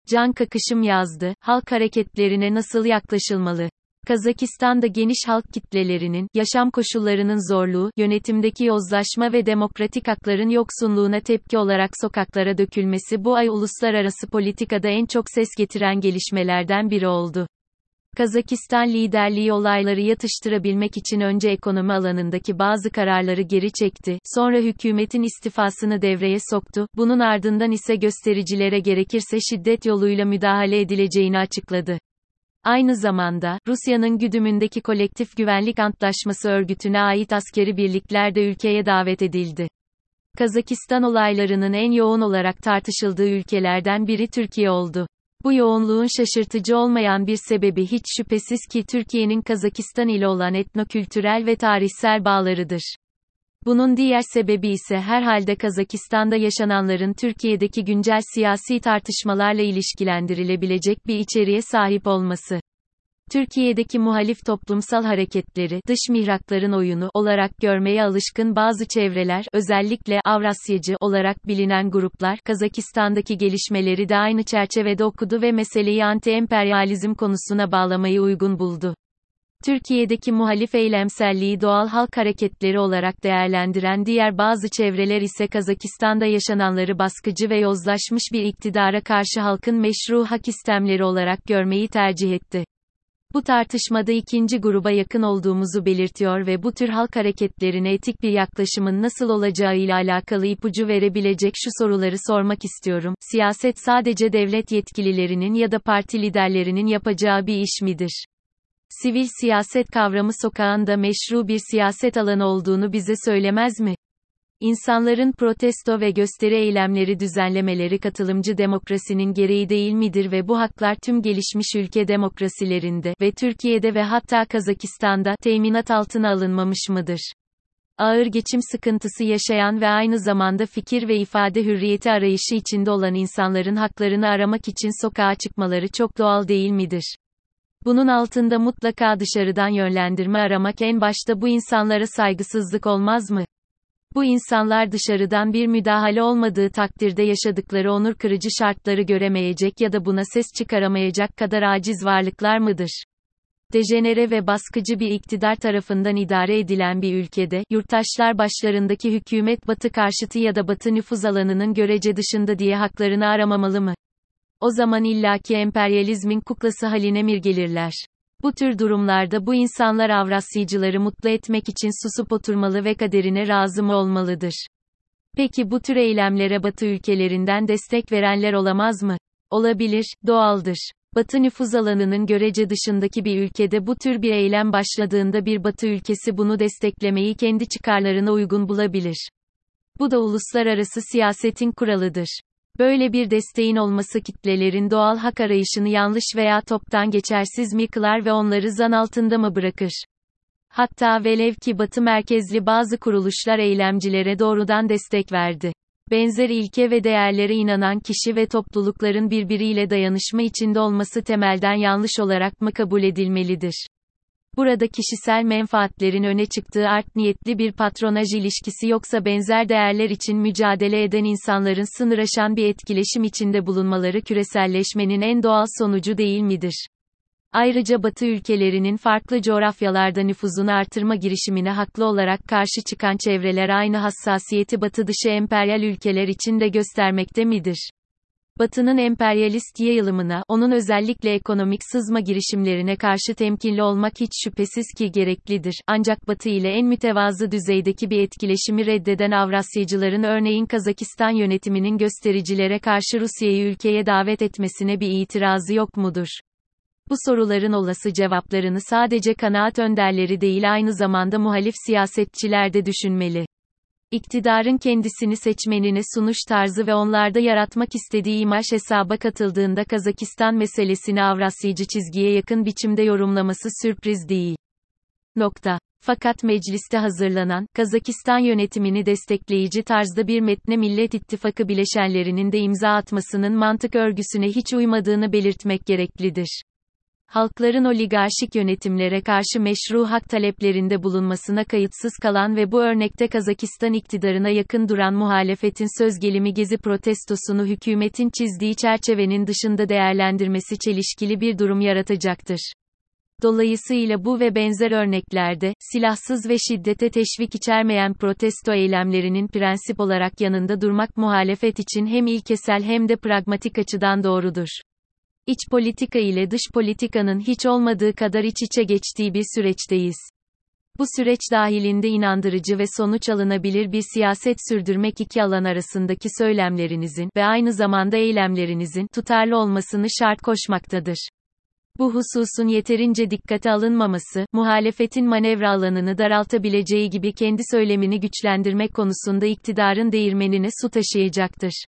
Can Kakışım yazdı, halk hareketlerine nasıl yaklaşılmalı? Kazakistan'da geniş halk kitlelerinin, yaşam koşullarının zorluğu, yönetimdeki yozlaşma ve demokratik hakların yoksunluğuna tepki olarak sokaklara dökülmesi bu ay uluslararası politikada en çok ses getiren gelişmelerden biri oldu. Kazakistan liderliği olayları yatıştırabilmek için önce ekonomi alanındaki bazı kararları geri çekti, sonra hükümetin istifasını devreye soktu, bunun ardından ise göstericilere gerekirse şiddet yoluyla müdahale edileceğini açıkladı. Aynı zamanda, Rusya'nın güdümündeki Kolektif Güvenlik Antlaşması örgütüne ait askeri birlikler de ülkeye davet edildi. Kazakistan olaylarının en yoğun olarak tartışıldığı ülkelerden biri Türkiye oldu. Bu yoğunluğun şaşırtıcı olmayan bir sebebi hiç şüphesiz ki Türkiye'nin Kazakistan ile olan etnokültürel ve tarihsel bağlarıdır. Bunun diğer sebebi ise herhalde Kazakistan'da yaşananların Türkiye'deki güncel siyasi tartışmalarla ilişkilendirilebilecek bir içeriğe sahip olması. Türkiye'deki muhalif toplumsal hareketleri, dış mihrakların oyunu olarak görmeye alışkın bazı çevreler, özellikle Avrasyacı olarak bilinen gruplar, Kazakistan'daki gelişmeleri de aynı çerçevede okudu ve meseleyi anti-emperyalizm konusuna bağlamayı uygun buldu. Türkiye'deki muhalif eylemselliği doğal halk hareketleri olarak değerlendiren diğer bazı çevreler ise Kazakistan'da yaşananları baskıcı ve yozlaşmış bir iktidara karşı halkın meşru hak istemleri olarak görmeyi tercih etti. Bu tartışmada ikinci gruba yakın olduğumuzu belirtiyor ve bu tür halk hareketlerine etik bir yaklaşımın nasıl olacağıyla alakalı ipucu verebilecek şu soruları sormak istiyorum. Siyaset sadece devlet yetkililerinin ya da parti liderlerinin yapacağı bir iş midir? Sivil siyaset kavramı sokağında meşru bir siyaset alanı olduğunu bize söylemez mi? İnsanların protesto ve gösteri eylemleri düzenlemeleri katılımcı demokrasinin gereği değil midir ve bu haklar tüm gelişmiş ülke demokrasilerinde ve Türkiye'de ve hatta Kazakistan'da teminat altına alınmamış mıdır? Ağır geçim sıkıntısı yaşayan ve aynı zamanda fikir ve ifade hürriyeti arayışı içinde olan insanların haklarını aramak için sokağa çıkmaları çok doğal değil midir? Bunun altında mutlaka dışarıdan yönlendirme aramak en başta bu insanlara saygısızlık olmaz mı? Bu insanlar dışarıdan bir müdahale olmadığı takdirde yaşadıkları onur kırıcı şartları göremeyecek ya da buna ses çıkaramayacak kadar aciz varlıklar mıdır? Dejenere ve baskıcı bir iktidar tarafından idare edilen bir ülkede, yurttaşlar başlarındaki hükümet Batı karşıtı ya da Batı nüfuz alanının görece dışında diye haklarını aramamalı mı? O zaman illaki emperyalizmin kuklası haline mi gelirler? Bu tür durumlarda bu insanlar Avrasyacıları mutlu etmek için susup oturmalı ve kaderine razı mı olmalıdır? Peki bu tür eylemlere Batı ülkelerinden destek verenler olamaz mı? Olabilir, doğaldır. Batı nüfuz alanının görece dışındaki bir ülkede bu tür bir eylem başladığında bir Batı ülkesi bunu desteklemeyi kendi çıkarlarına uygun bulabilir. Bu da uluslararası siyasetin kuralıdır. Böyle bir desteğin olması kitlelerin doğal hak arayışını yanlış veya toptan geçersiz mi kılar ve onları zan altında mı bırakır? Hatta velev ki Batı merkezli bazı kuruluşlar eylemcilere doğrudan destek verdi. Benzer ilke ve değerlere inanan kişi ve toplulukların birbiriyle dayanışma içinde olması temelden yanlış olarak mı kabul edilmelidir? Burada kişisel menfaatlerin öne çıktığı art niyetli bir patronaj ilişkisi yoksa benzer değerler için mücadele eden insanların sınır aşan bir etkileşim içinde bulunmaları küreselleşmenin en doğal sonucu değil midir? Ayrıca Batı ülkelerinin farklı coğrafyalarda nüfuzunu artırma girişimine haklı olarak karşı çıkan çevreler aynı hassasiyeti Batı dışı emperyal ülkeler için de göstermekte midir? Batı'nın emperyalist yayılımına, onun özellikle ekonomik sızma girişimlerine karşı temkinli olmak hiç şüphesiz ki gereklidir. Ancak Batı ile en mütevazı düzeydeki bir etkileşimi reddeden Avrasyacıların örneğin Kazakistan yönetiminin göstericilere karşı Rusya'yı ülkeye davet etmesine bir itirazı yok mudur? Bu soruların olası cevaplarını sadece kanaat önderleri değil aynı zamanda muhalif siyasetçiler de düşünmeli. İktidarın kendisini seçmenine sunuş tarzı ve onlarda yaratmak istediği imaj hesaba katıldığında Kazakistan meselesini Avrasyacı çizgiye yakın biçimde yorumlaması sürpriz değil. Fakat mecliste hazırlanan, Kazakistan yönetimini destekleyici tarzda bir metne Millet İttifakı bileşenlerinin de imza atmasının mantık örgüsüne hiç uymadığını belirtmek gereklidir. halkların oligarşik yönetimlere karşı meşru hak taleplerinde bulunmasına kayıtsız kalan ve bu örnekte Kazakistan iktidarına yakın duran muhalefetin söz gelimi Gezi protestosunu hükümetin çizdiği çerçevenin dışında değerlendirmesi çelişkili bir durum yaratacaktır. Dolayısıyla bu ve benzer örneklerde, silahsız ve şiddete teşvik içermeyen protesto eylemlerinin prensip olarak yanında durmak muhalefet için hem ilkesel hem de pragmatik açıdan doğrudur. İç politika ile dış politikanın hiç olmadığı kadar iç içe geçtiği bir süreçteyiz. Bu süreç dahilinde inandırıcı ve sonuç alınabilir bir siyaset sürdürmek iki alan arasındaki söylemlerinizin ve aynı zamanda eylemlerinizin tutarlı olmasını şart koşmaktadır. Bu hususun yeterince dikkate alınmaması, muhalefetin manevra alanını daraltabileceği gibi kendi söylemini güçlendirmek konusunda iktidarın değirmenine su taşıyacaktır.